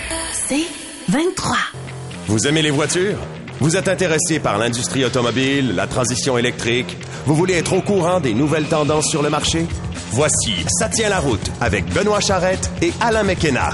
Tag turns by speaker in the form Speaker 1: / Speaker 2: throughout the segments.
Speaker 1: C'est 23.
Speaker 2: Vous aimez les voitures? Vous êtes intéressé par l'industrie automobile, la transition électrique? Vous voulez être au courant des nouvelles tendances sur le marché? Voici Ça tient la route avec Benoît Charrette et Alain McKenna.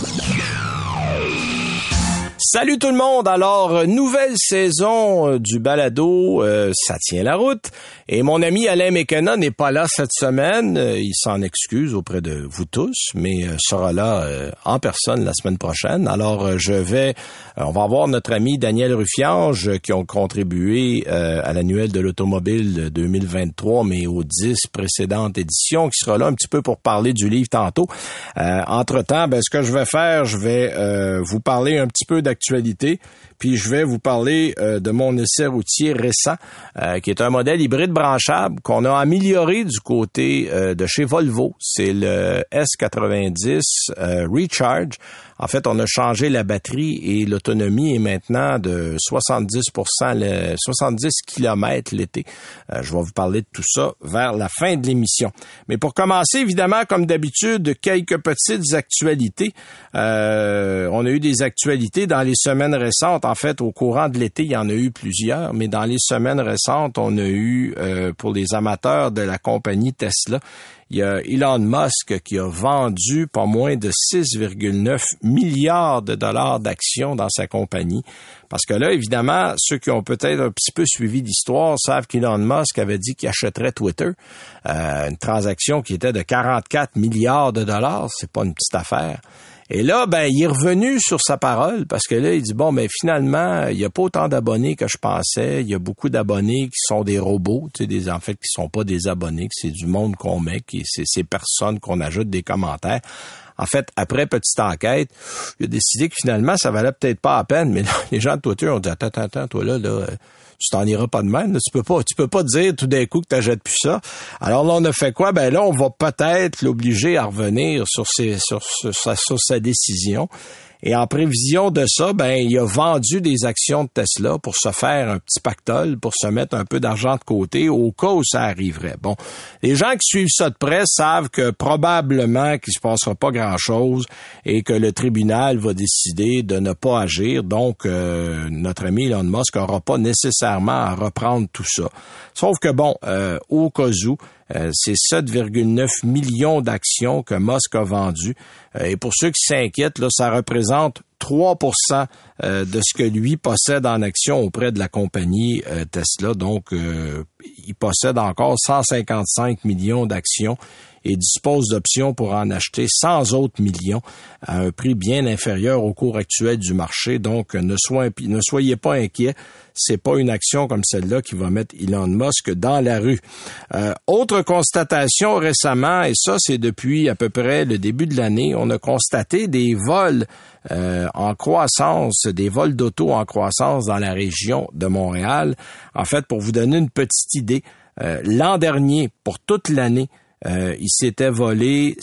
Speaker 3: Salut tout le monde! Alors, nouvelle saison du balado Ça tient la route. Et mon ami Alain McKenna n'est pas là cette semaine. Il s'en excuse auprès de vous tous, mais sera là en personne la semaine prochaine. Alors, on va avoir notre ami Daniel Ruffiange qui ont contribué à l'annuel de l'automobile 2023, mais aux 10 précédentes éditions, qui sera là un petit peu pour parler du livre tantôt. Entre-temps, ce que je vais faire, je vais vous parler un petit peu d'actualité, puis je vais vous parler de mon essai routier récent, qui est un modèle hybride branchable qu'on a amélioré du côté de chez Volvo. C'est le S90 Recharge. En fait, on a changé la batterie et l'autonomie est maintenant de 70 km l'été. Je vais vous parler de tout ça vers la fin de l'émission. Mais pour commencer, évidemment, comme d'habitude, quelques petites actualités. On a eu des actualités dans les semaines récentes. En fait, au courant de l'été, il y en a eu plusieurs, mais dans les semaines récentes, on a eu, pour les amateurs de la compagnie Tesla, il y a Elon Musk qui a vendu pas moins de 6,9 milliards de dollars d'actions dans sa compagnie. Parce que là, évidemment, ceux qui ont peut-être un petit peu suivi l'histoire savent qu'Elon Musk avait dit qu'il achèterait Twitter. Une transaction qui était de 44 milliards de dollars. C'est pas une petite affaire. Et là, il est revenu sur sa parole parce que là, il dit, finalement, il n'y a pas autant d'abonnés que je pensais. Il y a beaucoup d'abonnés qui sont des robots, en fait, qui sont pas des abonnés, que c'est du monde qu'on met, c'est ces personnes qu'on ajoute des commentaires. En fait, après petite enquête, il a décidé que finalement, ça valait peut-être pas la peine, mais là, les gens de Twitter ont dit, attends, toi là, tu t'en iras pas de même, là. Tu peux pas dire tout d'un coup que t'achètes plus ça. Alors là, on a fait quoi? Là, on va peut-être l'obliger à revenir sur sa décision. Et en prévision de ça, il a vendu des actions de Tesla pour se faire un petit pactole, pour se mettre un peu d'argent de côté au cas où ça arriverait. Bon, les gens qui suivent ça de près savent que probablement qu'il se passera pas grand-chose et que le tribunal va décider de ne pas agir. Donc, notre ami Elon Musk n'aura pas nécessairement à reprendre tout ça. Sauf que au cas où, c'est 7,9 millions d'actions que Musk a vendues. Et pour ceux qui s'inquiètent, là, ça représente 3% de ce que lui possède en actions auprès de la compagnie Tesla. Donc, il possède encore 155 millions d'actions et dispose d'options pour en acheter 100 autres millions à un prix bien inférieur au cours actuel du marché. Donc, ne soyez pas inquiets. C'est pas une action comme celle-là qui va mettre Elon Musk dans la rue. Autre constatation récemment, et ça, c'est depuis à peu près le début de l'année, on a constaté des vols en croissance, des vols d'auto en croissance dans la région de Montréal. En fait, pour vous donner une petite idée, l'an dernier, pour toute l'année, il s'était volé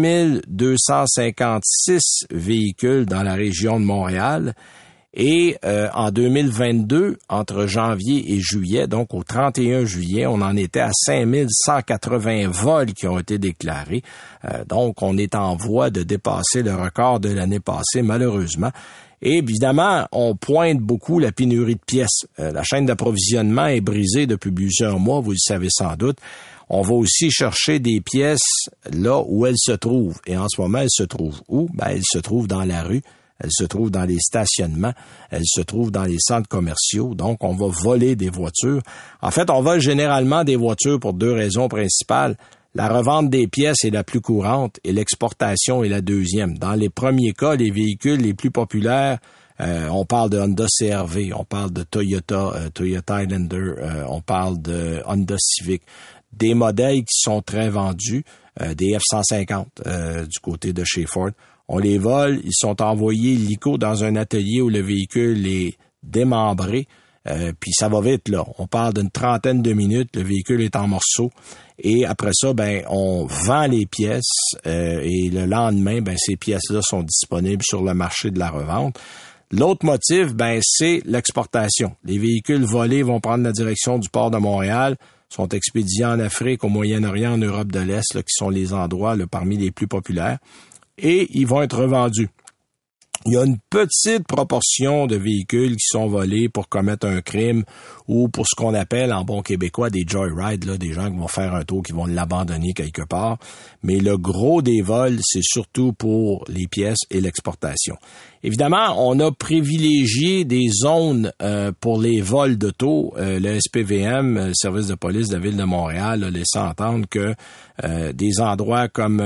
Speaker 3: 6256 véhicules dans la région de Montréal. Et en 2022, entre janvier et juillet, donc au 31 juillet, on en était à 5180 vols qui ont été déclarés. Donc, on est en voie de dépasser le record de l'année passée, malheureusement. Et évidemment, on pointe beaucoup la pénurie de pièces. La chaîne d'approvisionnement est brisée depuis plusieurs mois, vous le savez sans doute. On va aussi chercher des pièces là où elles se trouvent. Et en ce moment, elles se trouvent où? Elles se trouvent dans la rue. Elle se trouve dans les stationnements, elle se trouve dans les centres commerciaux, donc on va voler des voitures. En fait, on vole généralement des voitures pour deux raisons principales. La revente des pièces est la plus courante et l'exportation est la deuxième. Dans les premiers cas, les véhicules les plus populaires, on parle de Honda CR-V, on parle de Toyota Highlander, on parle de Honda Civic. Des modèles qui sont très vendus, des F-150 du côté de chez Ford. On les vole, ils sont envoyés illico dans un atelier où le véhicule est démembré, puis ça va vite là. On parle d'une trentaine de minutes, le véhicule est en morceaux et après ça, on vend les pièces et le lendemain, ces pièces-là sont disponibles sur le marché de la revente. L'autre motif, c'est l'exportation. Les véhicules volés vont prendre la direction du port de Montréal, sont expédiés en Afrique, au Moyen-Orient, en Europe de l'Est, là, qui sont les endroits parmi les plus populaires. Et ils vont être revendus. Il y a une petite proportion de véhicules qui sont volés pour commettre un crime ou pour ce qu'on appelle en bon québécois des joyrides, là, des gens qui vont faire un tour, qui vont l'abandonner quelque part. Mais le gros des vols, c'est surtout pour les pièces et l'exportation. Évidemment, on a privilégié des zones pour les vols d'auto. Le SPVM, le service de police de la Ville de Montréal, a laissé entendre que des endroits comme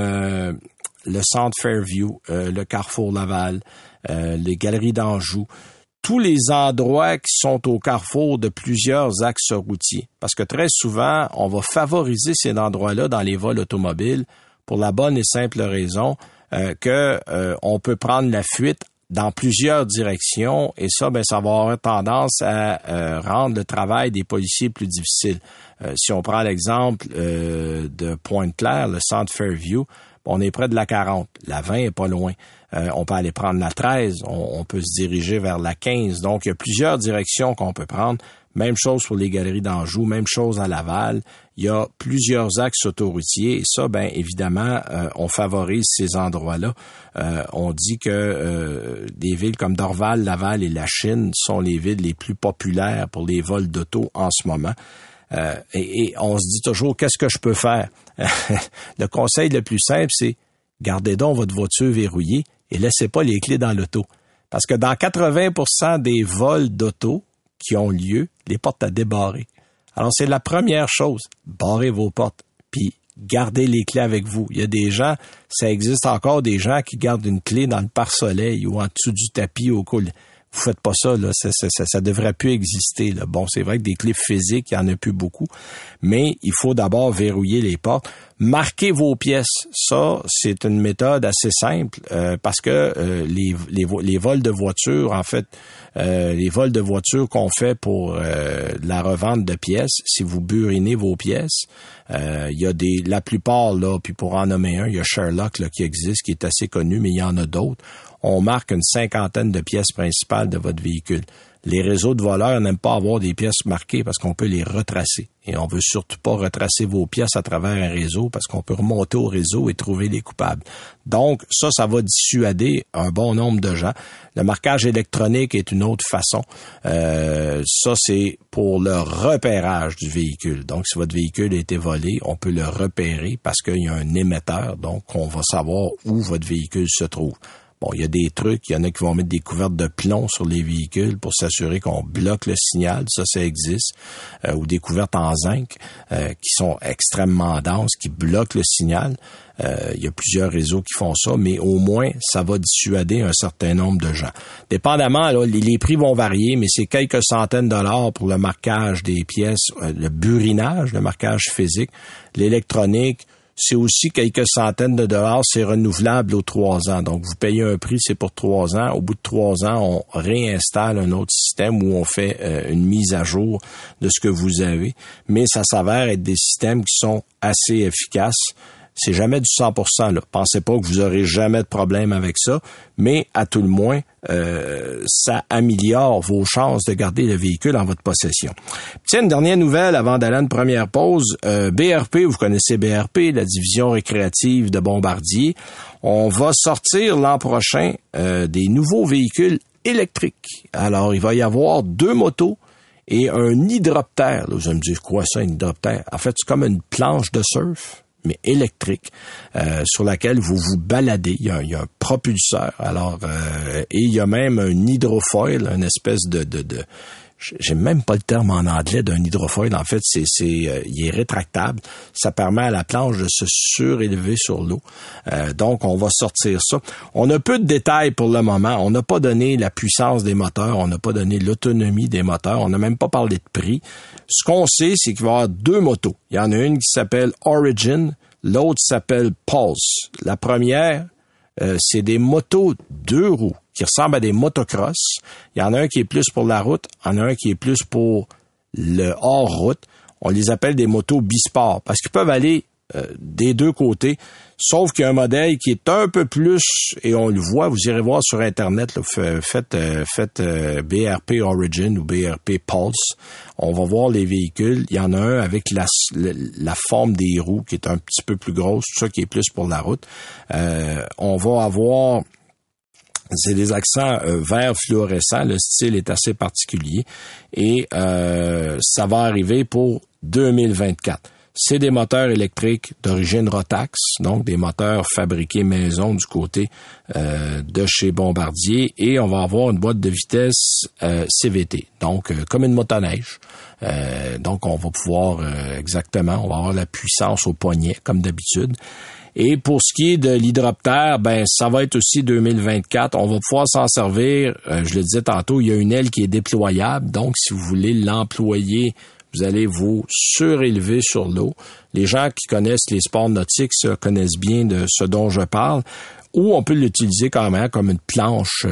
Speaker 3: le centre Fairview, le Carrefour Laval, les galeries d'Anjou, tous les endroits qui sont au carrefour de plusieurs axes routiers. Parce que très souvent, on va favoriser ces endroits-là dans les vols automobiles pour la bonne et simple raison que on peut prendre la fuite dans plusieurs directions et ça, ça va avoir tendance à rendre le travail des policiers plus difficile. Si on prend l'exemple de Pointe-Claire, le centre Fairview, on est près de la 40. La 20 est pas loin. On peut aller prendre la 13. On peut se diriger vers la 15. Donc, il y a plusieurs directions qu'on peut prendre. Même chose pour les galeries d'Anjou. Même chose à Laval. Il y a plusieurs axes autoroutiers. Et ça, évidemment, on favorise ces endroits-là. On dit que des villes comme Dorval, Laval et La Chine sont les villes les plus populaires pour les vols d'auto en ce moment. Et on se dit toujours, qu'est-ce que je peux faire? Le conseil le plus simple, c'est gardez donc votre voiture verrouillée et laissez pas les clés dans l'auto. Parce que dans 80% des vols d'auto qui ont lieu, les portes à débarrer. Alors, c'est la première chose. Barrez vos portes, puis gardez les clés avec vous. Il y a des gens, ça existe encore des gens qui gardent une clé dans le pare-soleil ou en dessous du tapis au col. Vous faites pas ça, là, ça devrait plus exister, là. Bon, c'est vrai que des clés physiques, il y en a plus beaucoup, mais il faut d'abord verrouiller les portes. Marquez vos pièces. Ça, c'est une méthode assez simple, parce que les vols de voitures, en fait, les vols de voitures qu'on fait pour la revente de pièces, si vous burinez vos pièces, il y a la plupart, là, puis pour en nommer un, il y a Sherlock, là, qui existe, qui est assez connu, mais il y en a d'autres. On marque une 50aine de pièces principales de votre véhicule. Les réseaux de voleurs n'aiment pas avoir des pièces marquées parce qu'on peut les retracer. Et on veut surtout pas retracer vos pièces à travers un réseau parce qu'on peut remonter au réseau et trouver les coupables. Donc, ça va dissuader un bon nombre de gens. Le marquage électronique est une autre façon. Ça, c'est pour le repérage du véhicule. Donc, si votre véhicule a été volé, on peut le repérer parce qu'il y a un émetteur. Donc, on va savoir où votre véhicule se trouve. Bon, il y a des trucs, il y en a qui vont mettre des couvertes de plomb sur les véhicules pour s'assurer qu'on bloque le signal, ça existe, ou des couvertes en zinc qui sont extrêmement denses, qui bloquent le signal. Il y a plusieurs réseaux qui font ça, mais au moins, ça va dissuader un certain nombre de gens. Dépendamment, là, les prix vont varier, mais c'est quelques centaines de dollars pour le marquage des pièces, le burinage, le marquage physique, l'électronique. C'est aussi quelques centaines de dollars, c'est renouvelable aux 3 ans. Donc, vous payez un prix, c'est pour 3 ans. Au bout de 3 ans, on réinstalle un autre système où on fait une mise à jour de ce que vous avez. Mais ça s'avère être des systèmes qui sont assez efficaces. C'est jamais du 100%, là. Pensez pas que vous aurez jamais de problème avec ça, mais à tout le moins, ça améliore vos chances de garder le véhicule en votre possession. Tiens, une dernière nouvelle avant d'aller à une première pause. BRP, vous connaissez BRP, la division récréative de Bombardier. On va sortir l'an prochain des nouveaux véhicules électriques. Alors, il va y avoir 2 motos et un hydroptère. Là, vous allez me dire, quoi ça, un hydroptère? En fait, c'est comme une planche de surf, mais électrique, sur laquelle vous vous baladez. Il y a un propulseur. Alors, et il y a même un hydrofoil, une espèce de j'ai même pas le terme en anglais d'un hydrofoil. En fait, il est rétractable. Ça permet à la planche de se surélever sur l'eau. Donc, on va sortir ça. On a peu de détails pour le moment. On n'a pas donné la puissance des moteurs. On n'a pas donné l'autonomie des moteurs. On n'a même pas parlé de prix. Ce qu'on sait, c'est qu'il va y avoir 2 motos. Il y en a une qui s'appelle Origin. L'autre s'appelle Pulse. La première, c'est des motos 2 roues qui ressemblent à des motocross. Il y en a un qui est plus pour la route, il y en a un qui est plus pour le hors-route. On les appelle des motos bisport parce qu'ils peuvent aller des 2 côtés, sauf qu'il y a un modèle qui est un peu plus, et on le voit, vous irez voir sur Internet, là, faites BRP Origin ou BRP Pulse. On va voir les véhicules. Il y en a un avec la forme des roues qui est un petit peu plus grosse, tout ça qui est plus pour la route. On va avoir C'est des accents vert fluorescent. Le style est assez particulier. Et ça va arriver pour 2024. C'est des moteurs électriques d'origine Rotax, donc des moteurs fabriqués maison du côté de chez Bombardier. Et on va avoir une boîte de vitesse CVT, donc comme une motoneige. Donc on va pouvoir on va avoir la puissance au poignet, comme d'habitude. Et pour ce qui est de l'hydroptère, ça va être aussi 2024. On va pouvoir s'en servir. Je le disais tantôt, il y a une aile qui est déployable. Donc, si vous voulez l'employer, vous allez vous surélever sur l'eau. Les gens qui connaissent les sports nautiques connaissent bien de ce dont je parle. Ou on peut l'utiliser quand même comme une planche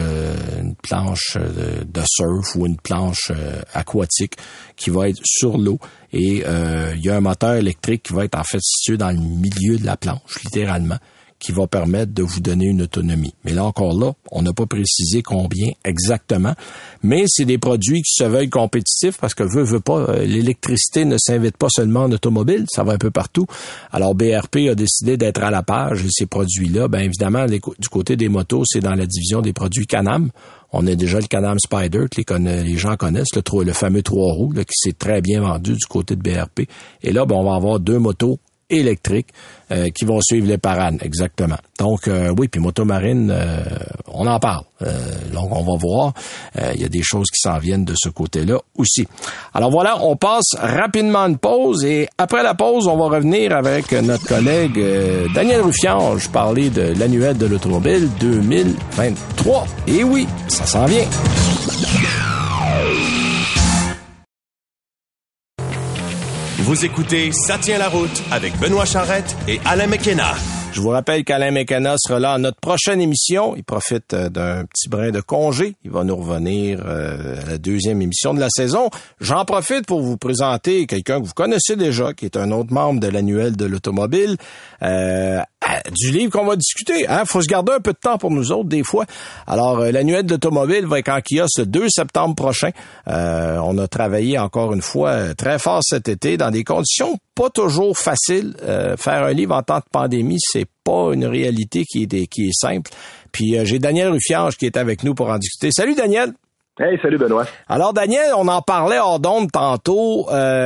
Speaker 3: de surf ou une planche aquatique qui va être sur l'eau. Et il y a un moteur électrique qui va être en fait situé dans le milieu de la planche, littéralement, qui va permettre de vous donner une autonomie. Mais là encore là, on n'a pas précisé combien exactement, mais c'est des produits qui se veulent compétitifs parce que veut pas, l'électricité ne s'invite pas seulement en automobile, ça va un peu partout. Alors BRP a décidé d'être à la page et ces produits-là, évidemment, du côté des motos, c'est dans la division des produits Can-Am. On a déjà le Can-Am Spyder que les gens connaissent, le fameux 3 roues là, qui s'est très bien vendu du côté de BRP. Et là, on va avoir 2 motos électriques qui vont suivre les parades, exactement. Donc, oui, puis Motomarine, on en parle. Donc, on va voir. Il y a des choses qui s'en viennent de ce côté-là aussi. Alors voilà, on passe rapidement une pause et après la pause, on va revenir avec notre collègue Daniel Ruffiange parler de l'annuel de l'automobile 2023. Et oui, ça s'en vient.
Speaker 2: Vous écoutez Ça tient la route avec Benoît Charrette et Alain McKenna.
Speaker 3: Je vous rappelle qu'Alain McKenna sera là à notre prochaine émission. Il profite d'un petit brin de congé. Il va nous revenir à la 2e émission de la saison. J'en profite pour vous présenter quelqu'un que vous connaissez déjà, qui est un autre membre de l'annuel de l'automobile. Du livre qu'on va discuter. Faut se garder un peu de temps pour nous autres, des fois. Alors, l'annuel de l'automobile va être en kiosque le 2 septembre prochain. On a travaillé encore une fois très fort cet été dans des conditions pas toujours faciles. Faire un livre en temps de pandémie, c'est pas une réalité qui est simple. Puis j'ai Daniel Ruffiange qui est avec nous pour en discuter. Salut Daniel!
Speaker 4: Hey, salut Benoît.
Speaker 3: Alors Daniel, on en parlait hors d'onde tantôt.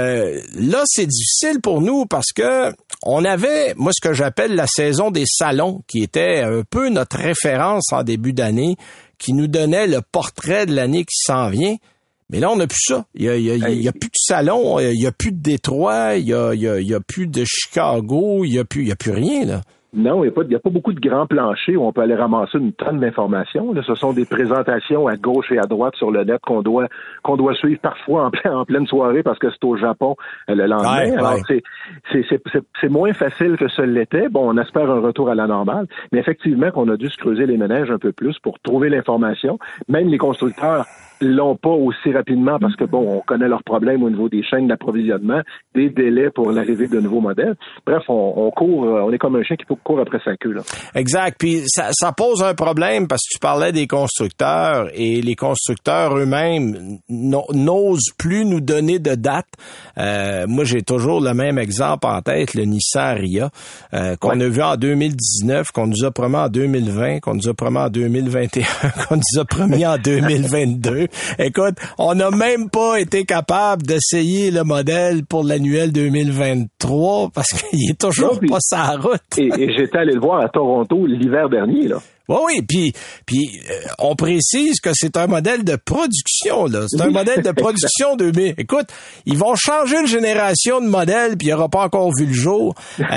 Speaker 3: Là, c'est difficile pour nous parce que on avait, moi, ce que j'appelle la saison des salons, qui était un peu notre référence en début d'année, qui nous donnait le portrait de l'année qui s'en vient. Mais là, on n'a plus ça. Il y a plus de salon, il y a plus de Détroit, il y a plus de Chicago, il y a plus rien, là.
Speaker 4: Non, il n'y a pas beaucoup de grands planchers où on peut aller ramasser une tonne d'informations. Là, ce sont des présentations à gauche et à droite sur le net qu'on doit suivre parfois en pleine soirée parce que c'est au Japon le lendemain.
Speaker 3: Ouais.
Speaker 4: Alors, c'est moins facile que ce l'était. Bon, on espère un retour à la normale, mais effectivement qu'on a dû se creuser les méninges un peu plus pour trouver l'information. Même les constructeurs l'ont pas aussi rapidement parce que, on connaît leurs problèmes au niveau des chaînes d'approvisionnement, des délais pour l'arrivée de nouveaux modèles. Bref, on court, on est comme un chien qui court après sa queue, là.
Speaker 3: Exact. Puis ça pose un problème parce que tu parlais des constructeurs et les constructeurs eux-mêmes n'osent plus nous donner de date. Moi, j'ai toujours le même exemple en tête, le Nissan Ariya, qu'on a vu en 2019, qu'on nous a promis en 2020, qu'on nous a promis en 2021, qu'on nous a promis en 2022. Écoute, on n'a même pas été capable d'essayer le modèle pour l'annuel 2023 parce qu'il est toujours pas sur la route.
Speaker 4: Et j'étais allé le voir à Toronto l'hiver dernier, là.
Speaker 3: Oui, puis on précise que c'est un modèle de production, là. C'est un modèle de production 2000. Écoute, ils vont changer une génération de modèles, puis il n'aura pas encore vu le jour.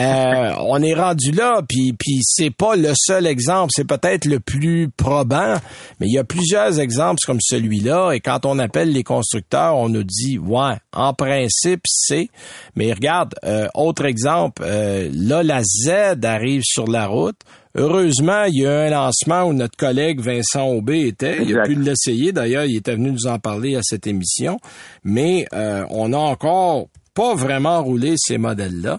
Speaker 3: On est rendu là, puis c'est pas le seul exemple, c'est peut-être le plus probant, mais il y a plusieurs exemples comme celui-là, et quand on appelle les constructeurs, on nous dit, ouais, en principe, c'est... Mais regarde, autre exemple, là, la Z arrive sur la route. Heureusement, il y a eu un lancement où notre collègue Vincent Aubé était. Il a pu l'essayer. D'ailleurs, il était venu nous en parler à cette émission. Mais on n'a encore pas vraiment roulé ces modèles-là.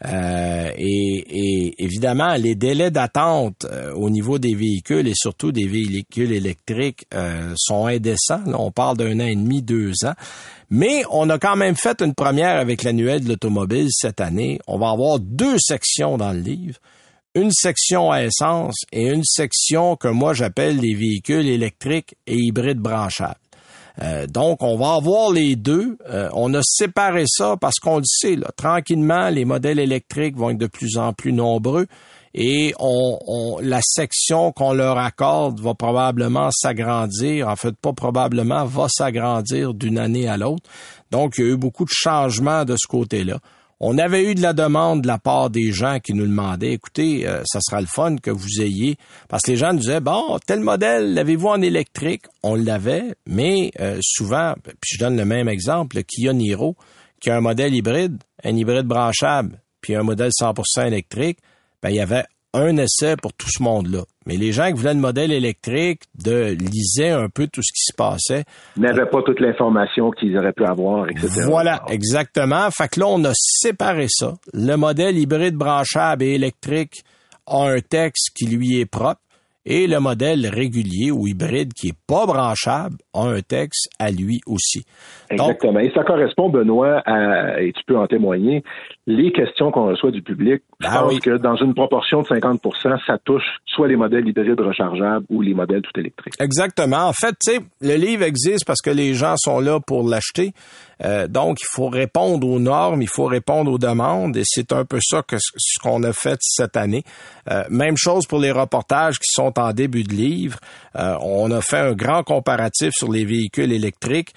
Speaker 3: Et évidemment, les délais d'attente au niveau des véhicules et surtout des véhicules électriques sont indécents. Là, on parle d'1 an et demi, 2 ans. Mais on a quand même fait une première avec l'annuel de l'automobile cette année. On va avoir 2 sections dans le livre. une section à essence et une section que moi j'appelle les véhicules électriques et hybrides branchables. Donc, on va avoir les deux. On a séparé ça parce qu'on le sait, là, tranquillement, les modèles électriques vont être de plus en plus nombreux et la section qu'on leur accorde va probablement s'agrandir. En fait, pas probablement, va s'agrandir d'une année à l'autre. Donc, il y a eu beaucoup de changements de ce côté-là. On avait eu de la demande de la part des gens qui nous demandaient, écoutez, ça sera le fun que vous ayez, parce que les gens nous disaient, bon, tel modèle, l'avez-vous en électrique? On l'avait, mais souvent, puis je donne le même exemple, le Kia Niro, qui a un modèle hybride, un hybride branchable, puis un modèle 100% électrique, ben il y avait un essai pour tout ce monde-là. Mais les gens qui voulaient le modèle électrique lisaient un peu tout ce qui se passait.
Speaker 4: N'avaient pas toute l'information qu'ils auraient pu avoir, etc.
Speaker 3: Voilà, exactement. Fait que là, on a séparé ça. Le modèle hybride branchable et électrique a un texte qui lui est propre et le modèle régulier ou hybride qui est pas branchable a un texte à lui aussi.
Speaker 4: Exactement. Donc, et ça correspond, Benoît, et tu peux en témoigner, les questions qu'on reçoit du public, je pense que dans une proportion de 50%, ça touche soit les modèles hybrides rechargeables ou les modèles tout électriques.
Speaker 3: Exactement. En fait, tu sais, le livre existe parce que les gens sont là pour l'acheter. Donc, il faut répondre aux normes, il faut répondre aux demandes, et c'est un peu ça que ce qu'on a fait cette année. Même chose pour les reportages qui sont en début de livre. On a fait un grand comparatif sur les véhicules électriques.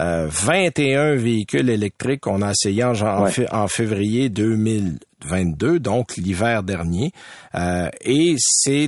Speaker 3: 21 véhicules électriques qu'on a essayé en février 2022, donc l'hiver dernier. Et c'est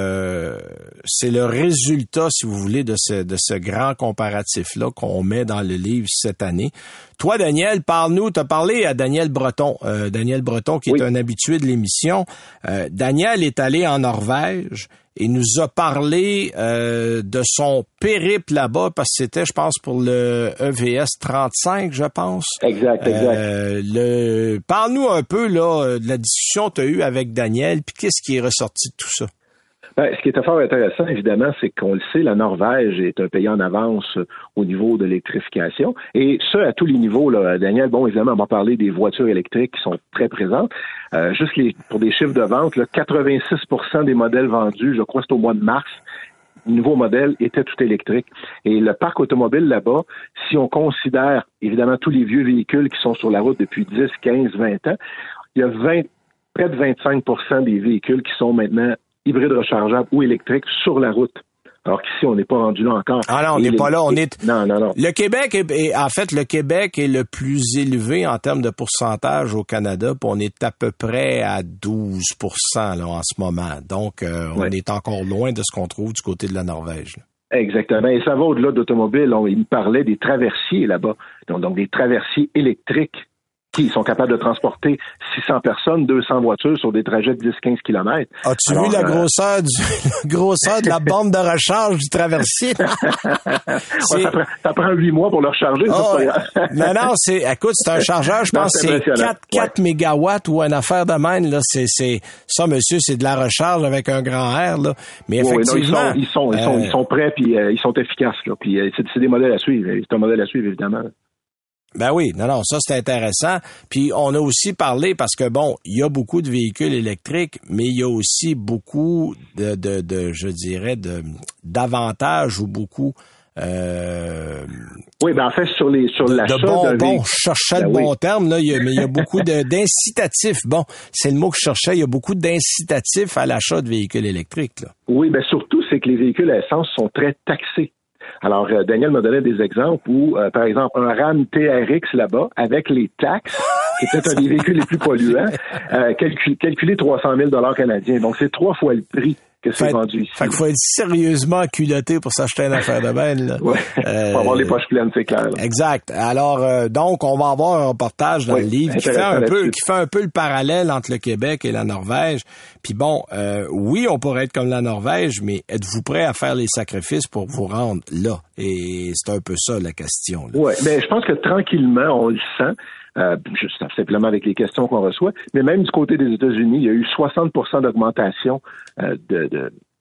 Speaker 3: le résultat, si vous voulez, de ce grand comparatif-là qu'on met dans le livre cette année. Toi, Daniel, parle-nous. Tu as parlé à Daniel Breton. Daniel Breton, qui est un habitué de l'émission. Daniel est allé en Norvège. Il nous a parlé de son périple là-bas, parce que c'était, je pense, pour le EVS 35, je pense.
Speaker 4: Exact.
Speaker 3: Parle-nous un peu là de la discussion que tu as eue avec Daniel, puis qu'est-ce qui est ressorti de tout ça?
Speaker 4: Ce qui était fort intéressant, évidemment, c'est qu'on le sait, la Norvège est un pays en avance au niveau de l'électrification. Et ce, à tous les niveaux, là. Daniel, bon, évidemment, on va parler des voitures électriques qui sont très présentes. Juste pour des chiffres de vente, là, 86% des modèles vendus, je crois que c'est au mois de mars, nouveau modèle était tout électrique. Et le parc automobile là-bas, si on considère, évidemment, tous les vieux véhicules qui sont sur la route depuis 10, 15, 20 ans, il y a près de 25% des véhicules qui sont maintenant hybrides rechargeables ou électriques sur la route. Alors qu'ici, on n'est pas rendu là encore.
Speaker 3: Ah non, on n'est pas là.
Speaker 4: Non.
Speaker 3: Le Québec le Québec est le plus élevé en termes de pourcentage au Canada, puis on est à peu près à 12% là, en ce moment. Donc, on est encore loin de ce qu'on trouve du côté de la Norvège.
Speaker 4: Exactement. Et ça va au-delà d'automobiles. Il me parlait des traversiers là-bas. Donc des traversiers électriques qui sont capables de transporter 600 personnes, 200 voitures sur des trajets de 10-15 km.
Speaker 3: As-tu vu la grosseur de la bande de recharge du traversier?
Speaker 4: Ça prend 8 mois pour le recharger.
Speaker 3: Non, écoute, c'est un chargeur, je pense que c'est 4 mégawatts ou une affaire de même, là. Ça, monsieur, c'est de la recharge avec un grand R, là. Mais effectivement.
Speaker 4: Ils sont prêts puis ils sont efficaces, là. Puis c'est des modèles à suivre. C'est un modèle à suivre, évidemment.
Speaker 3: Ben oui, non, ça c'est intéressant. Puis on a aussi parlé, parce que bon, il y a beaucoup de véhicules électriques, mais il y a aussi beaucoup je dirais, d'avantages ou beaucoup
Speaker 4: oui, ben en fait, sur l'achat
Speaker 3: de bon, je cherchais le bon terme, là, mais il y a beaucoup d'incitatifs. Bon, c'est le mot que je cherchais, il y a beaucoup d'incitatifs à l'achat de véhicules électriques, là.
Speaker 4: Oui, ben surtout, c'est que les véhicules à essence sont très taxés. Alors, Daniel m'a donné des exemples où, par exemple, un Ram TRX là-bas, avec les taxes, qui était un des véhicules les plus polluants, calculé 300 000 canadiens. Donc, c'est 3 fois le prix que c'est vendu ici.
Speaker 3: Fait qu'il faut être sérieusement culotté pour s'acheter une affaire de benne, là.
Speaker 4: Ouais. Faut avoir les poches pleines, c'est clair, là.
Speaker 3: Exact. Alors, donc, on va avoir un reportage dans le livre qui fait un peu le parallèle entre le Québec et la Norvège. Puis bon, oui, on pourrait être comme la Norvège, mais êtes-vous prêt à faire les sacrifices pour vous rendre là? Et c'est un peu ça, la question, là.
Speaker 4: Ouais, mais je pense que tranquillement, on le sent. Juste simplement avec les questions qu'on reçoit, mais même du côté des États-Unis, il y a eu 60% d'augmentation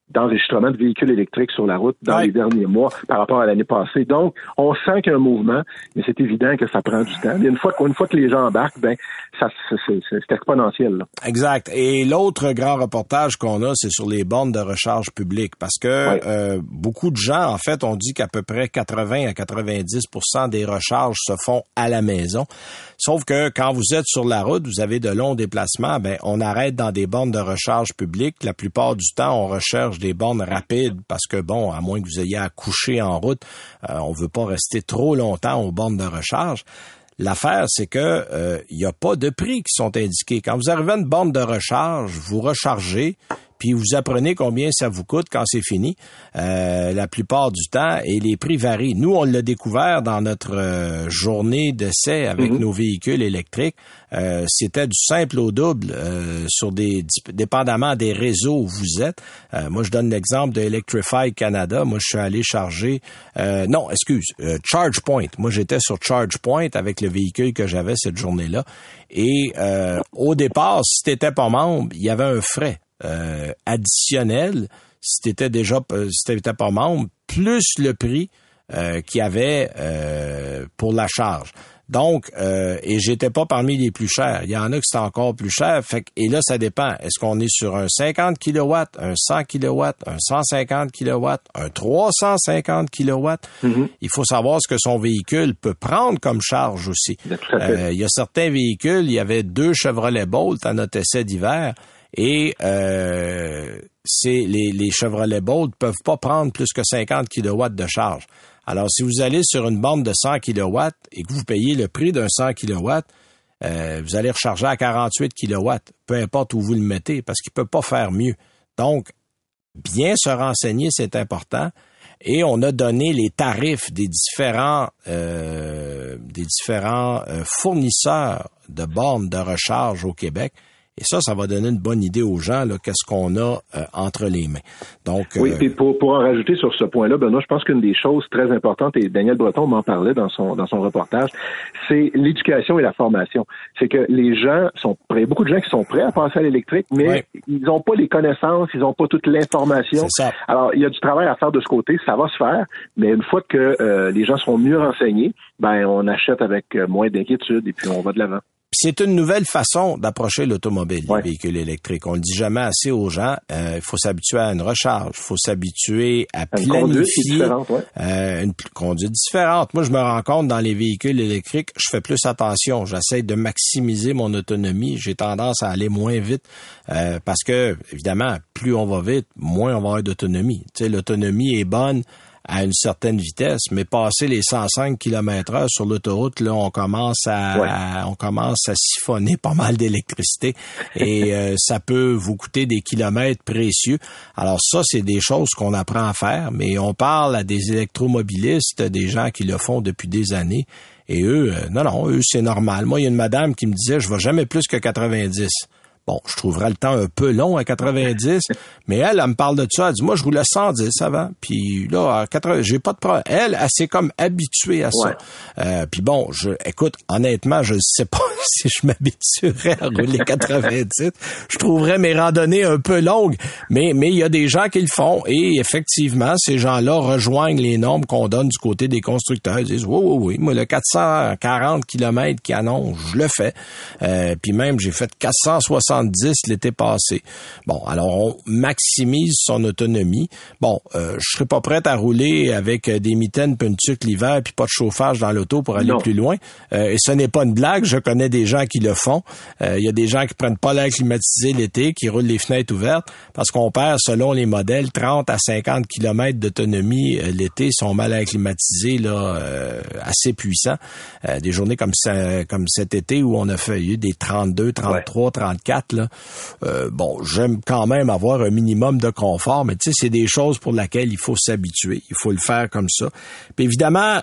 Speaker 4: d'enregistrement de véhicules électriques sur la route dans les derniers mois par rapport à l'année passée. Donc, on sent qu'il y a un mouvement, mais c'est évident que ça prend du temps. Mais une fois que les gens embarquent, c'est exponentiel, là.
Speaker 3: Exact. Et l'autre grand reportage qu'on a, c'est sur les bornes de recharge publiques, parce que beaucoup de gens, en fait, ont dit qu'à peu près 80 à 90% des recharges se font à la maison. Sauf que quand vous êtes sur la route, vous avez de longs déplacements, on arrête dans des bornes de recharge publiques. La plupart du temps, on recherche des bornes rapides parce que, à moins que vous ayez à coucher en route, on veut pas rester trop longtemps aux bornes de recharge. L'affaire, c'est que il y a pas de prix qui sont indiqués. Quand vous arrivez à une borne de recharge, vous rechargez, puis vous apprenez combien ça vous coûte quand c'est fini, la plupart du temps, et les prix varient. Nous, on l'a découvert dans notre journée d'essai avec nos véhicules électriques. C'était du simple au double sur dépendamment des réseaux où vous êtes. Moi, je donne l'exemple de Electrify Canada. Moi, je suis allé charger... ChargePoint. Moi, j'étais sur ChargePoint avec le véhicule que j'avais cette journée-là. Et au départ, si t'étais pas membre, il y avait un frais additionnel si t'étais pas membre, plus le prix qu'il y avait pour la charge. Donc, et j'étais pas parmi les plus chers. Il y en a qui c'est encore plus cher. Et là, ça dépend. Est-ce qu'on est sur un 50 kW, un 100 kW, un 150 kW, un 350 kW? Il faut savoir ce que son véhicule peut prendre comme charge aussi. Il y a certains véhicules, il y avait 2 Chevrolet Bolt à notre essai d'hiver. Et les Chevrolet Bolt peuvent pas prendre plus que 50 kW de charge. Alors, si vous allez sur une borne de 100 kW et que vous payez le prix d'un 100 kW, vous allez recharger à 48 kW, peu importe où vous le mettez, parce qu'il peut pas faire mieux. Donc, bien se renseigner, c'est important. Et on a donné les tarifs des différents fournisseurs de bornes de recharge au Québec. Et ça va donner une bonne idée aux gens, là, qu'est-ce qu'on a entre les mains. Donc,
Speaker 4: oui, puis pour en rajouter sur ce point-là, Benoît, je pense qu'une des choses très importantes, et Daniel Breton m'en parlait dans son reportage, c'est l'éducation et la formation. C'est que les gens sont prêts, beaucoup de gens qui sont prêts à passer à l'électrique, mais ils n'ont pas les connaissances, ils n'ont pas toute l'information.
Speaker 3: C'est ça.
Speaker 4: Alors, il y a du travail à faire de ce côté, ça va se faire, mais une fois que les gens seront mieux renseignés, on achète avec moins d'inquiétude et puis on va de l'avant.
Speaker 3: C'est une nouvelle façon d'approcher l'automobile, les véhicules électriques. On le dit jamais assez aux gens. Il faut s'habituer à une recharge. Il faut s'habituer à planifier une conduite différente. Moi, je me rends compte dans les véhicules électriques, je fais plus attention. J'essaie de maximiser mon autonomie. J'ai tendance à aller moins vite parce que, évidemment, plus on va vite, moins on va avoir d'autonomie. Tu sais, l'autonomie est bonne à une certaine vitesse, mais passer les 105 km/h sur l'autoroute, là, on commence à siphonner pas mal d'électricité et ça peut vous coûter des kilomètres précieux. Alors ça, c'est des choses qu'on apprend à faire, mais on parle à des électromobilistes, des gens qui le font depuis des années, et eux, eux, c'est normal. Moi, il y a une madame qui me disait, je vais jamais plus que 90. Bon, je trouverais le temps un peu long à 90, mais elle me parle de ça. Elle dit, moi, je roulais 110 avant. Puis là, à 80, j'ai pas de problème. Elle s'est comme habituée à ça. Puis bon, écoute, honnêtement, je sais pas si je m'habituerais à rouler 90. Je trouverais mes randonnées un peu longues, mais il y a des gens qui le font. Et effectivement, ces gens-là rejoignent les normes qu'on donne du côté des constructeurs. Ils disent, oui, moi, le 440 km qui annonce, je le fais. Puis même, j'ai fait 460 l'été passé. Bon, alors on maximise son autonomie. Bon, je serais pas prête à rouler avec des mitaines puis une tuque l'hiver puis pas de chauffage dans l'auto pour aller plus loin. Et ce n'est pas une blague, je connais des gens qui le font. Il y a des gens qui prennent pas l'air climatisé l'été, qui roulent les fenêtres ouvertes parce qu'on perd, selon les modèles, 30 à 50 km d'autonomie l'été, sont mal climatisés, là, assez puissants. Des journées comme cet été où on a eu des 32, 33, 34, là. Bon, j'aime quand même avoir un minimum de confort, mais tu sais, c'est des choses pour lesquelles il faut s'habituer. Il faut le faire comme ça. Puis évidemment,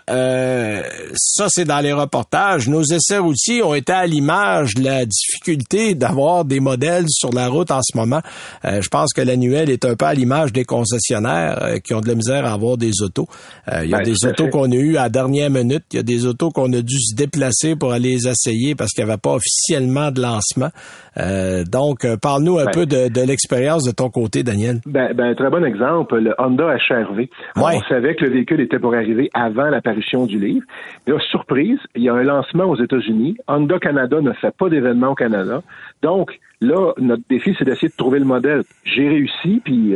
Speaker 3: ça, c'est dans les reportages. Nos essais routiers ont été à l'image de la difficulté d'avoir des modèles sur la route en ce moment. Je pense que l'annuel est un peu à l'image des concessionnaires qui ont de la misère à avoir des autos. Il y a des autos qu'on a eues à la dernière minute. Il y a des autos qu'on a dû se déplacer pour aller les essayer parce qu'il n'y avait pas officiellement de lancement. Donc, parle-nous un peu de l'expérience de ton côté, Daniel.
Speaker 4: Très bon exemple, le Honda HR-V. On savait que le véhicule était pour arriver avant l'apparition du livre. Et là, surprise, il y a un lancement aux États-Unis. Honda Canada ne fait pas d'événement au Canada. Donc, là, notre défi, c'est d'essayer de trouver le modèle. J'ai réussi, puis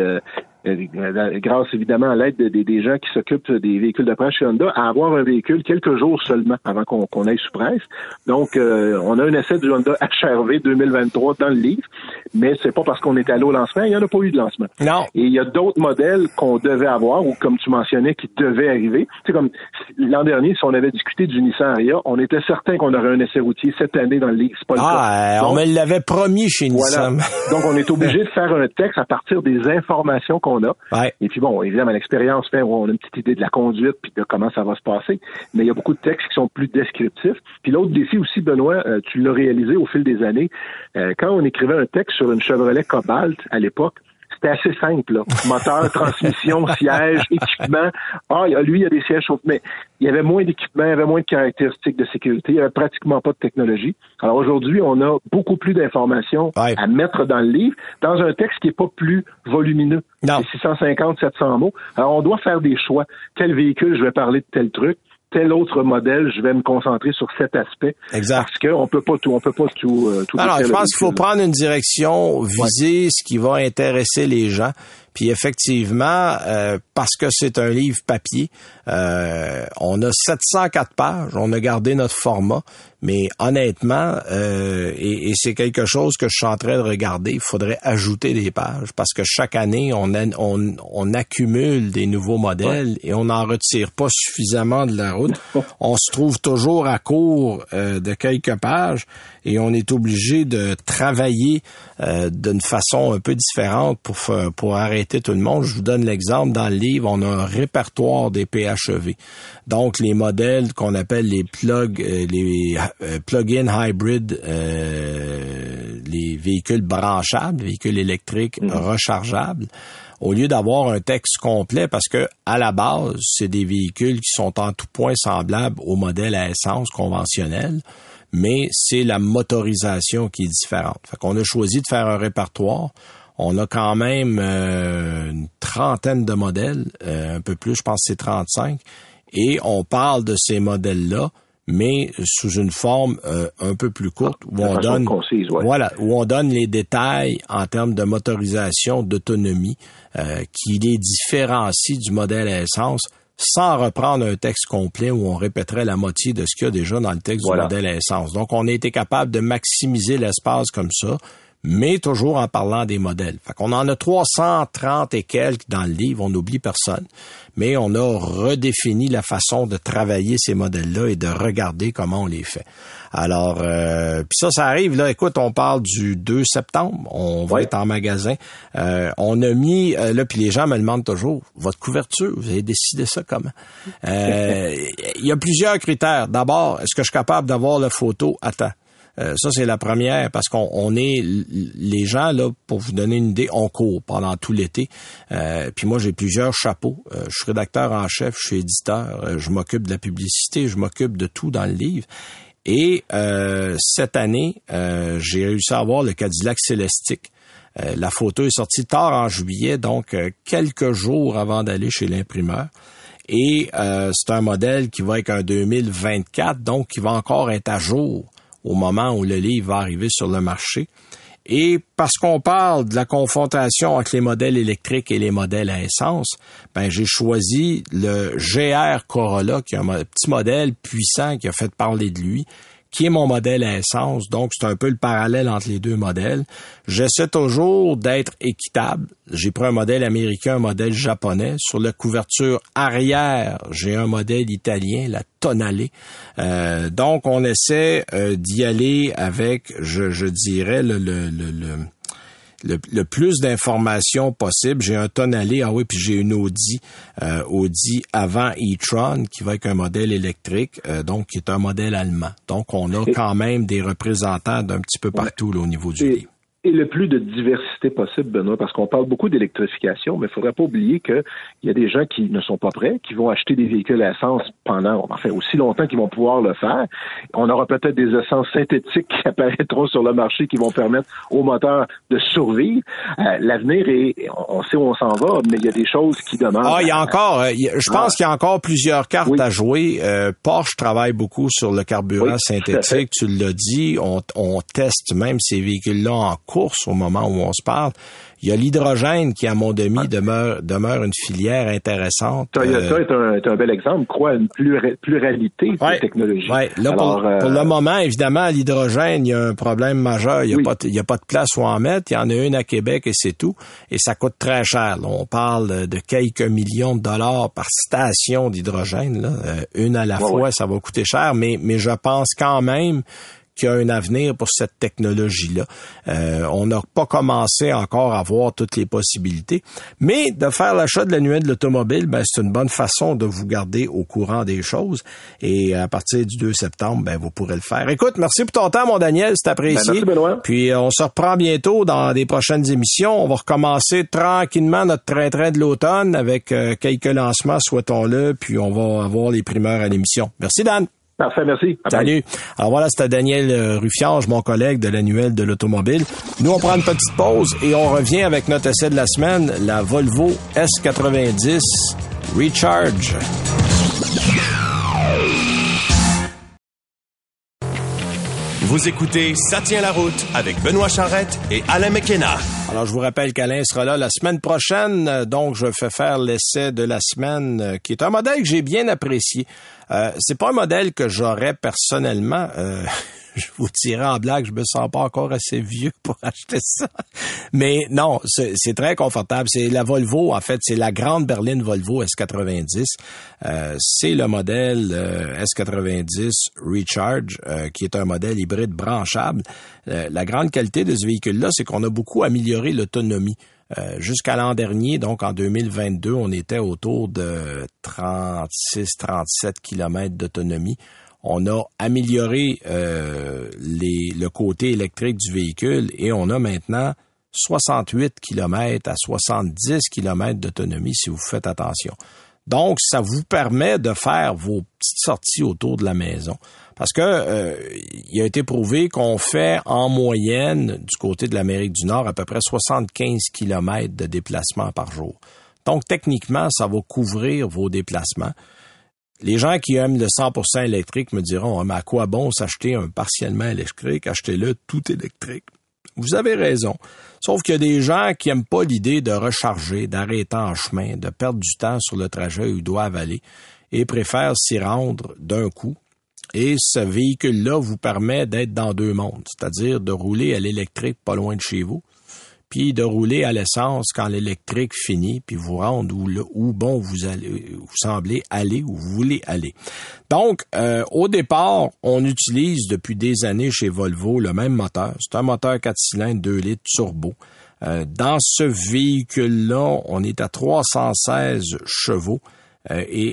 Speaker 4: grâce évidemment à l'aide des gens qui s'occupent des véhicules de presse chez Honda, à avoir un véhicule quelques jours seulement avant qu'on aille sous presse. Donc, on a un essai du Honda HR-V 2023 dans le livre, mais c'est pas parce qu'on est allé au lancement, il n'y en a pas eu de lancement.
Speaker 3: Non.
Speaker 4: Et il y a d'autres modèles qu'on devait avoir, ou comme tu mentionnais, qui devaient arriver. C'est comme l'an dernier, si on avait discuté du Nissan Ariya, on était certain qu'on aurait un essai routier cette année dans le livre. C'est pas le cas.
Speaker 3: On me l'avait promis chez Nissan.
Speaker 4: Donc, on est obligé de faire un texte à partir des informations qu'on a.
Speaker 3: Ouais.
Speaker 4: Et puis bon, évidemment, l'expérience fait on a une petite idée de la conduite puis de comment ça va se passer. Mais il y a beaucoup de textes qui sont plus descriptifs. Puis l'autre défi aussi, Benoît, tu l'as réalisé au fil des années. Quand on écrivait un texte sur une Chevrolet Cobalt à l'époque, c'était assez simple, là. Moteur, transmission, siège, équipement. Lui, il y a des sièges chauffés. Mais il y avait moins d'équipement, il y avait moins de caractéristiques de sécurité, il n'y avait pratiquement pas de technologie. Alors aujourd'hui, on a beaucoup plus d'informations à mettre dans le livre, dans un texte qui n'est pas plus volumineux.
Speaker 3: Non.
Speaker 4: C'est 650, 700 mots. Alors on doit faire des choix. Quel véhicule je vais parler de tel truc? Tel autre modèle, je vais me concentrer sur cet aspect.
Speaker 3: Exact.
Speaker 4: Parce qu'on peut pas tout
Speaker 3: Alors, je pense qu'il faut prendre une direction, viser ce qui va intéresser les gens. Puis effectivement, parce que c'est un livre papier, on a 704 pages, on a gardé notre format, mais honnêtement, et c'est quelque chose que je suis en train de regarder, il faudrait ajouter des pages, parce que chaque année, on accumule des nouveaux modèles et on n'en retire pas suffisamment de la route. On se trouve toujours à court de quelques pages et on est obligé de travailler d'une façon un peu différente pour arrêter tout le monde. Je vous donne l'exemple. Dans le livre, on a un répertoire des PHEV. Donc, les modèles qu'on appelle les plug-in hybrid, les véhicules branchables, véhicules électriques rechargeables, au lieu d'avoir un texte complet, parce que à la base, c'est des véhicules qui sont en tout point semblables aux modèles à essence conventionnels, mais c'est la motorisation qui est différente. Fait qu'on a choisi de faire un répertoire. On a quand même une trentaine de modèles, un peu plus, je pense que c'est 35, et on parle de ces modèles-là, mais sous une forme un peu plus courte, où on donne où on donne les détails en termes de motorisation, d'autonomie, qui les différencie du modèle à essence, sans reprendre un texte complet où on répéterait la moitié de ce qu'il y a déjà dans le texte du modèle à essence. Donc, on a été capable de maximiser l'espace comme ça, mais toujours en parlant des modèles. Fait qu'on en a 330 et quelques dans le livre, on n'oublie personne, mais on a redéfini la façon de travailler ces modèles-là et de regarder comment on les fait. Alors, puis ça arrive, là, écoute, on parle du 2 septembre, on va être en magasin. On a mis, là, puis les gens me demandent toujours, votre couverture, vous avez décidé ça comment? Il y a plusieurs critères. D'abord, est-ce que je suis capable d'avoir la photo à temps? Ça, c'est la première, parce qu'on est, les gens, là, pour vous donner une idée, on court pendant tout l'été. Puis moi, j'ai plusieurs chapeaux. Je suis rédacteur en chef, je suis éditeur, je m'occupe de la publicité, je m'occupe de tout dans le livre. Et cette année, j'ai réussi à avoir le Cadillac Celestiq. La photo est sortie tard en juillet, donc quelques jours avant d'aller chez l'imprimeur. Et c'est un modèle qui va être un 2024, donc qui va encore être à jour au moment où le livre va arriver sur le marché. Et parce qu'on parle de la confrontation entre les modèles électriques et les modèles à essence, j'ai choisi le GR Corolla, qui est un petit modèle puissant qui a fait parler de lui, qui est mon modèle à essence. Donc, c'est un peu le parallèle entre les deux modèles. J'essaie toujours d'être équitable. J'ai pris un modèle américain, un modèle japonais. Sur la couverture arrière, j'ai un modèle italien, la Tonale. Donc, on essaie d'y aller avec, je dirais, le plus d'informations possible. J'ai un Tonale, puis j'ai une Audi avant e-tron, qui va être un modèle électrique, donc qui est un modèle allemand. Donc, on a quand même des représentants d'un petit peu partout là, au niveau du livre.
Speaker 4: et le plus de diversité possible, Benoît, parce qu'on parle beaucoup d'électrification, mais il ne faudrait pas oublier qu'il y a des gens qui ne sont pas prêts, qui vont acheter des véhicules à essence aussi longtemps qu'ils vont pouvoir le faire. On aura peut-être des essences synthétiques qui apparaîtront sur le marché qui vont permettre aux moteurs de survivre. L'avenir on sait où on s'en va, mais il y a des choses qui demandent.
Speaker 3: Il y a encore, je pense qu'il y a encore plusieurs cartes à jouer. Porsche travaille beaucoup sur le carburant synthétique, tu l'as dit. On teste même ces véhicules-là en course au moment où on se parle. Il y a l'hydrogène qui, à Mont-Demy, demeure une filière intéressante.
Speaker 4: Toyota est un bel exemple, croit à une pluralité de technologies.
Speaker 3: Ouais. Là, pour le moment, évidemment, à l'hydrogène, il y a un problème majeur. Il y a pas de place où en mettre. Il y en a une à Québec et c'est tout. Et ça coûte très cher. Là, on parle de quelques millions de dollars par station d'hydrogène. Là. Une à la fois, ça va coûter cher. Mais je pense quand même qu'il y a un avenir pour cette technologie-là. On n'a pas commencé encore à voir toutes les possibilités, mais de faire l'achat de l'annuel de l'automobile, c'est une bonne façon de vous garder au courant des choses. Et à partir du 2 septembre, vous pourrez le faire. Écoute, merci pour ton temps, mon Daniel, c'est apprécié.
Speaker 4: Merci, Benoît.
Speaker 3: Puis on se reprend bientôt dans des prochaines émissions. On va recommencer tranquillement notre train-train de l'automne avec quelques lancements, souhaitons-le, puis on va avoir les primeurs à l'émission. Merci, Dan.
Speaker 4: Parfait, merci.
Speaker 3: Salut. Alors voilà, c'était Daniel Ruffiange, mon collègue de l'annuel de l'automobile. Nous, on prend une petite pause et on revient avec notre essai de la semaine, la Volvo S90 Recharge.
Speaker 2: Vous écoutez Ça tient la route avec Benoît Charrette et Alain McKenna.
Speaker 3: Alors, je vous rappelle qu'Alain sera là la semaine prochaine. Donc, je fais faire l'essai de la semaine, qui est un modèle que j'ai bien apprécié. C'est pas un modèle que j'aurais personnellement. Je vous dirais en blague, je me sens pas encore assez vieux pour acheter ça. Mais non, c'est très confortable. C'est la Volvo, en fait, c'est la grande berline Volvo S90. C'est le modèle S90 Recharge, qui est un modèle hybride branchable. La grande qualité de ce véhicule-là, c'est qu'on a beaucoup amélioré l'autonomie. Jusqu'à l'an dernier, donc en 2022, on était autour de 36-37 km d'autonomie. On a amélioré le côté électrique du véhicule et on a maintenant 68 km à 70 km d'autonomie si vous faites attention. Donc, ça vous permet de faire vos petites sorties autour de la maison. Parce que il a été prouvé qu'on fait en moyenne, du côté de l'Amérique du Nord, à peu près 75 km de déplacement par jour. Donc, techniquement, ça va couvrir vos déplacements. Les gens qui aiment le 100% électrique me diront « mais à quoi bon s'acheter un partiellement électrique? Achetez-le tout électrique. » Vous avez raison. Sauf qu'il y a des gens qui aiment pas l'idée de recharger, d'arrêter en chemin, de perdre du temps sur le trajet où ils doivent aller et préfèrent s'y rendre d'un coup. Et ce véhicule-là vous permet d'être dans deux mondes, c'est-à-dire de rouler à l'électrique pas loin de chez vous, puis de rouler à l'essence quand l'électrique finit, puis vous rendre où vous semblez aller, où vous voulez aller. Donc, au départ, on utilise depuis des années chez Volvo le même moteur. C'est un moteur 4 cylindres 2 litres turbo. Dans ce véhicule-là, on est à 316 chevaux et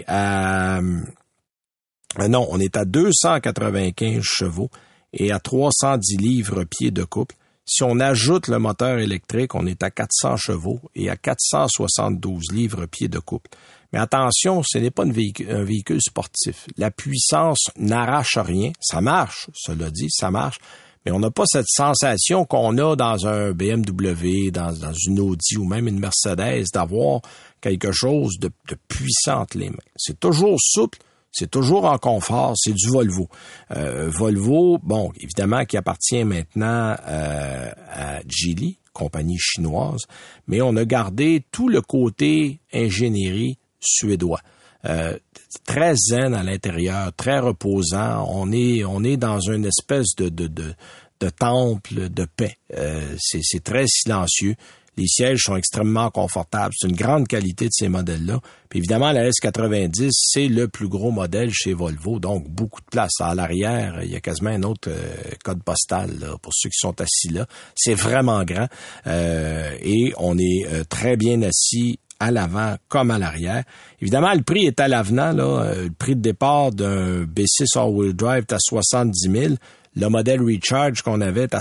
Speaker 3: on est à 295 chevaux et à 310 livres-pieds de couple. Si on ajoute le moteur électrique, on est à 400 chevaux et à 472 livres-pieds de couple. Mais attention, ce n'est pas un véhicule sportif. La puissance n'arrache rien. Ça marche, cela dit, ça marche. Mais on n'a pas cette sensation qu'on a dans un BMW, dans une Audi ou même une Mercedes d'avoir quelque chose de puissant entre les mains. C'est toujours souple. C'est toujours en confort, c'est du Volvo. Volvo, bon, évidemment, qui appartient maintenant à Geely, compagnie chinoise, mais on a gardé tout le côté ingénierie suédois. Très zen à l'intérieur, très reposant. On est dans une espèce de temple de paix. C'est très silencieux. Les sièges sont extrêmement confortables. C'est une grande qualité de ces modèles-là. Puis évidemment, la S90, c'est le plus gros modèle chez Volvo, donc beaucoup de place. À l'arrière, il y a quasiment un autre code postal là, pour ceux qui sont assis là. C'est vraiment grand et on est très bien assis à l'avant comme à l'arrière. Évidemment, le prix est à l'avenant. Là. Le prix de départ d'un B6 All-Wheel Drive est à 70 000. Le modèle Recharge qu'on avait est à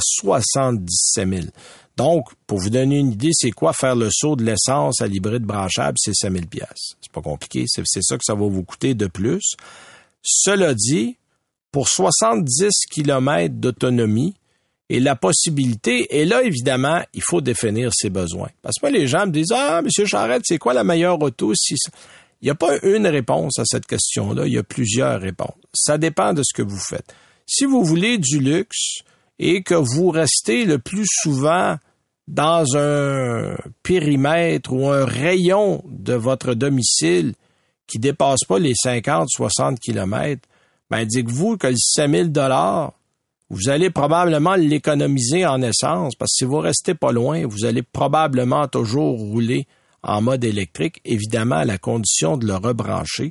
Speaker 3: 77 000. Donc, pour vous donner une idée, c'est quoi faire le saut de l'essence à l'hybride branchable? C'est 5 000 $. C'est pas compliqué, c'est ça que ça va vous coûter de plus. Cela dit, pour 70 km d'autonomie et la possibilité, et là, évidemment, il faut définir ses besoins. Parce que moi, les gens me disent « Ah, M. Charette, c'est quoi la meilleure auto? » Il n'y a pas une réponse à cette question-là, il y a plusieurs réponses. Ça dépend de ce que vous faites. Si vous voulez du luxe et que vous restez le plus souvent dans un périmètre ou un rayon de votre domicile qui dépasse pas les 50-60 km, ben dites-vous que le 5 000 $, vous allez probablement l'économiser en essence parce que si vous restez pas loin, vous allez probablement toujours rouler en mode électrique, évidemment à la condition de le rebrancher.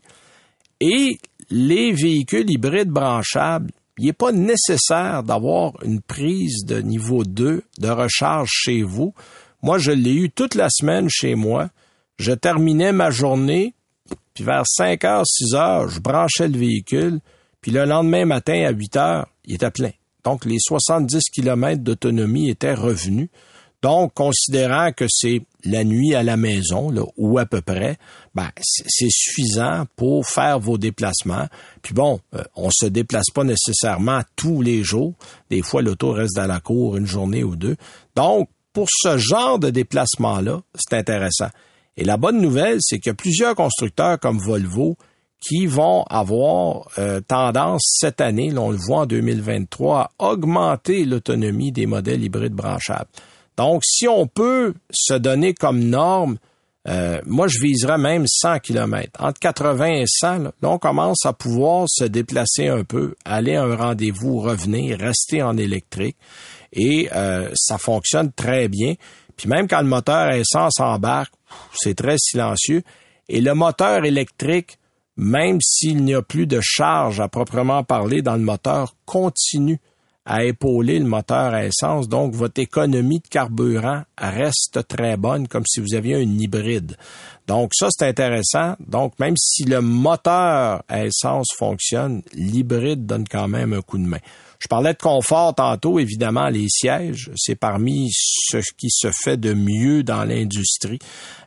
Speaker 3: Et les véhicules hybrides branchables, il n'est pas nécessaire d'avoir une prise de niveau 2 de recharge chez vous. Moi, je l'ai eu toute la semaine chez moi. Je terminais ma journée, puis vers 5h, 6h, je branchais le véhicule, puis le lendemain matin à 8h, il était plein. Donc, les 70 km d'autonomie étaient revenus. Donc, considérant que c'est la nuit à la maison, là, ou à peu près, ben c'est suffisant pour faire vos déplacements. Puis bon, on se déplace pas nécessairement tous les jours. Des fois, l'auto reste dans la cour une journée ou deux. Donc, pour ce genre de déplacement-là, c'est intéressant. Et la bonne nouvelle, c'est qu'il y a plusieurs constructeurs comme Volvo qui vont avoir tendance cette année, là, on le voit en 2023, à augmenter l'autonomie des modèles hybrides branchables. Donc, si on peut se donner comme norme, moi, je viserais même 100 km. Entre 80 et 100, là, on commence à pouvoir se déplacer un peu, aller à un rendez-vous, revenir, rester en électrique. Et ça fonctionne très bien. Puis même quand le moteur à essence embarque, c'est très silencieux. Et le moteur électrique, même s'il n'y a plus de charge à proprement parler dans le moteur, continue à épauler le moteur à essence. Donc, votre économie de carburant reste très bonne, comme si vous aviez un hybride. Donc, ça, c'est intéressant. Donc, même si le moteur à essence fonctionne, l'hybride donne quand même un coup de main. Je parlais de confort tantôt, évidemment, les sièges, c'est parmi ce qui se fait de mieux dans l'industrie.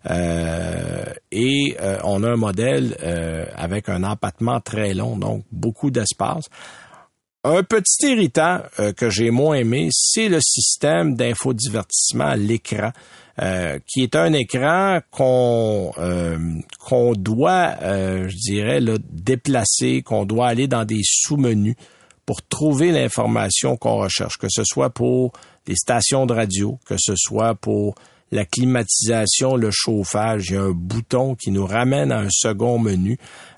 Speaker 3: Et on a un modèle avec un empattement très long, donc beaucoup d'espace. Un petit irritant que j'ai moins aimé, c'est le système d'infodivertissement à l'écran, qui est un écran qu'on doit, je dirais, là, déplacer, qu'on doit aller dans des sous-menus pour trouver l'information qu'on recherche, que ce soit pour les stations de radio, que ce soit pour la climatisation, le chauffage. Il y a un bouton qui nous ramène à un second menu.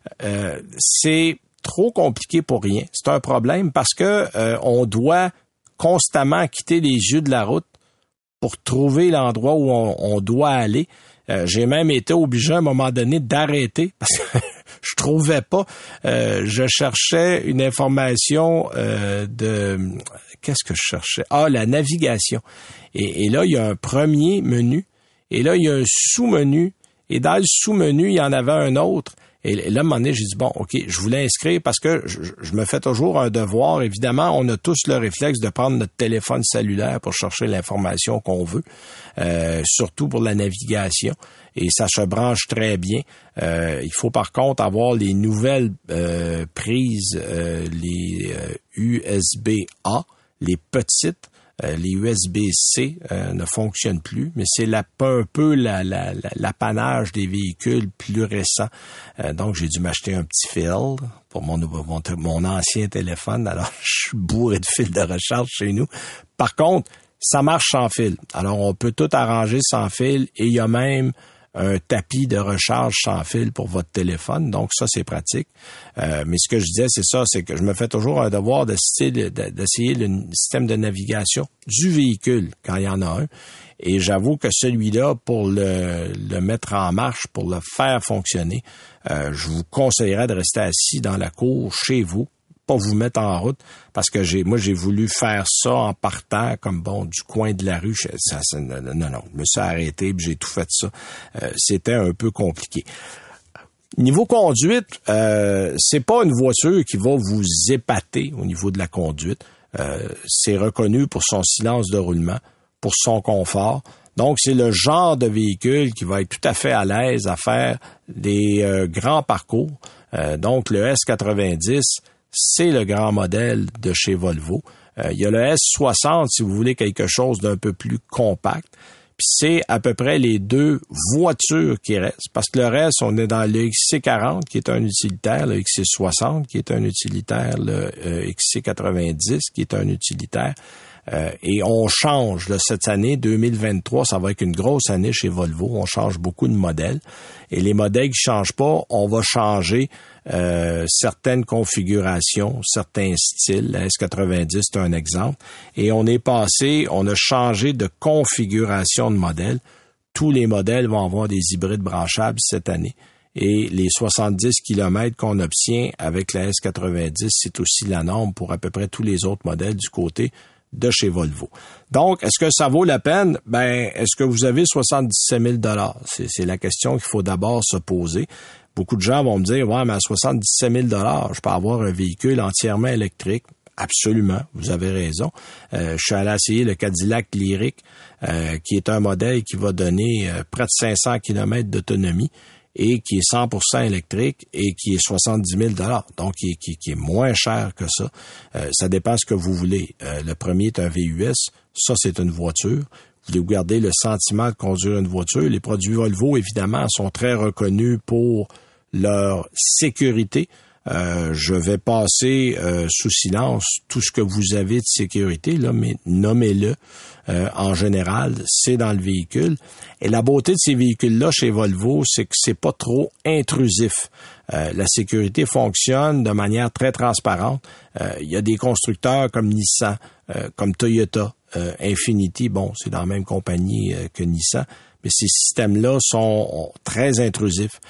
Speaker 3: C'est trop compliqué pour rien. C'est un problème parce que on doit constamment quitter les yeux de la route pour trouver l'endroit où on doit aller. J'ai même été obligé à un moment donné d'arrêter parce que je trouvais pas. Je cherchais une information de... Qu'est-ce que je cherchais? Ah, la navigation. Et là, il y a un premier menu. Et là, il y a un sous-menu. Et dans le sous-menu, il y en avait un autre. Et là, à un moment donné, j'ai dit, bon, OK, je voulais inscrire parce que je me fais toujours un devoir. Évidemment, on a tous le réflexe de prendre notre téléphone cellulaire pour chercher l'information qu'on veut, surtout pour la navigation. Et ça se branche très bien. Il faut par contre avoir les nouvelles prises, les USB-A, les petites. Les USB-C ne fonctionnent plus, mais c'est un peu l'apanage des véhicules plus récents. Donc, j'ai dû m'acheter un petit fil pour mon ancien téléphone. Alors, je suis bourré de fils de recharge chez nous. Par contre, ça marche sans fil. Alors, on peut tout arranger sans fil et il y a même un tapis de recharge sans fil pour votre téléphone. Donc, ça, c'est pratique. Mais ce que je disais, c'est ça, c'est que je me fais toujours un devoir d'essayer le système de navigation du véhicule quand il y en a un. Et j'avoue que celui-là, pour le mettre en marche, pour le faire fonctionner, je vous conseillerais de rester assis dans la cour chez vous, pas vous mettre en route, parce que j'ai voulu faire ça en partant comme du coin de la rue. Non, je me suis arrêté, puis j'ai tout fait ça. C'était un peu compliqué. Niveau conduite, c'est pas une voiture qui va vous épater au niveau de la conduite. c'est reconnu pour son silence de roulement, pour son confort. Donc, c'est le genre de véhicule qui va être tout à fait à l'aise à faire des grands parcours. Donc, le S90, c'est le grand modèle de chez Volvo. Il y a le S60, si vous voulez quelque chose d'un peu plus compact. Puis c'est à peu près les deux voitures qui restent. Parce que le reste, on est dans le XC40, qui est un utilitaire, le XC60, qui est un utilitaire, le XC90, qui est un utilitaire. Et on change là, cette année, 2023, ça va être une grosse année chez Volvo. On change beaucoup de modèles. Et les modèles qui changent pas, on va changer certaines configurations, certains styles. La S90, c'est un exemple. Et on a changé de configuration de modèle. Tous les modèles vont avoir des hybrides branchables cette année. Et les 70 km qu'on obtient avec la S90, c'est aussi la norme pour à peu près tous les autres modèles du côté de chez Volvo. Donc, est-ce que ça vaut la peine? Est-ce que vous avez 77 000 $? C'est la question qu'il faut d'abord se poser. Beaucoup de gens vont me dire, ouais, mais à 77 000 $, je peux avoir un véhicule entièrement électrique. Absolument, vous avez raison. Je suis allé essayer le Cadillac Lyriq, qui est un modèle qui va donner près de 500 km d'autonomie et qui est 100% électrique et qui est 70 000 $. Donc, qui est moins cher que ça. Ça dépend ce que vous voulez. Le premier est un VUS. Ça, c'est une voiture. Vous gardez le sentiment de conduire une voiture. Les produits Volvo, évidemment, sont très reconnus pour leur sécurité. Je vais passer sous silence tout ce que vous avez de sécurité, là, mais nommez-le. En général, c'est dans le véhicule. Et la beauté de ces véhicules-là chez Volvo, c'est que c'est pas trop intrusif. La sécurité fonctionne de manière très transparente. Il y a des constructeurs comme Nissan, comme Toyota, Infiniti, bon, c'est dans la même compagnie que Nissan, mais ces systèmes-là sont très intrusifs,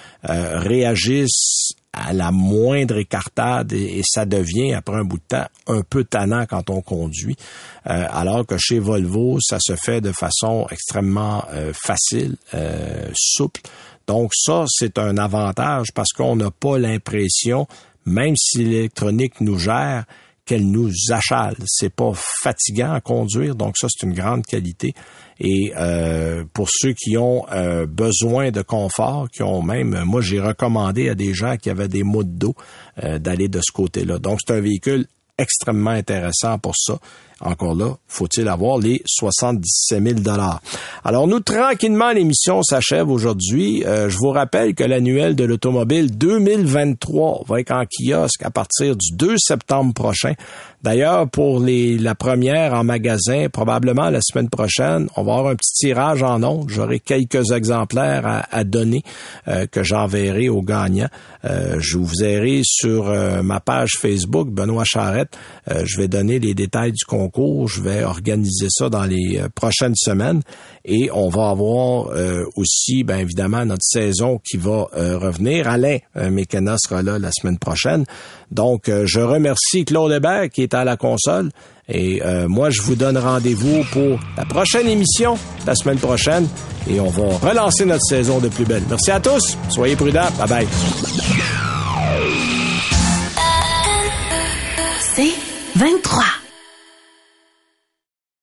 Speaker 3: réagissent à la moindre écartade et ça devient, après un bout de temps, un peu tannant quand on conduit. Alors que chez Volvo, ça se fait de façon extrêmement facile, souple. Donc ça, c'est un avantage parce qu'on n'a pas l'impression, même si l'électronique nous gère, qu'elle nous achale. C'est pas fatigant à conduire, donc ça, c'est une grande qualité. Et pour ceux qui ont besoin de confort, qui ont même, moi, j'ai recommandé à des gens qui avaient des maux de dos d'aller de ce côté-là. Donc, c'est un véhicule extrêmement intéressant pour ça. Encore là, faut-il avoir les 77 000 $. Alors, nous, tranquillement, l'émission s'achève aujourd'hui. Je vous rappelle que l'annuel de l'automobile 2023 va être en kiosque à partir du 2 septembre prochain. D'ailleurs, pour la première en magasin, probablement la semaine prochaine, on va avoir un petit tirage en ondes. J'aurai quelques exemplaires à donner que j'enverrai aux gagnants. Je vous verrai sur ma page Facebook, Benoît Charette. Je vais donner les détails du concours. Je vais organiser ça dans les prochaines semaines et on va avoir aussi, bien évidemment, notre saison qui va revenir. Alain Mécana sera là la semaine prochaine. Donc, je remercie Claude Hébert qui est à la console et moi, je vous donne rendez-vous pour la prochaine émission la semaine prochaine et on va relancer notre saison de plus belle. Merci à tous. Soyez prudents. Bye bye.
Speaker 1: C'est 23.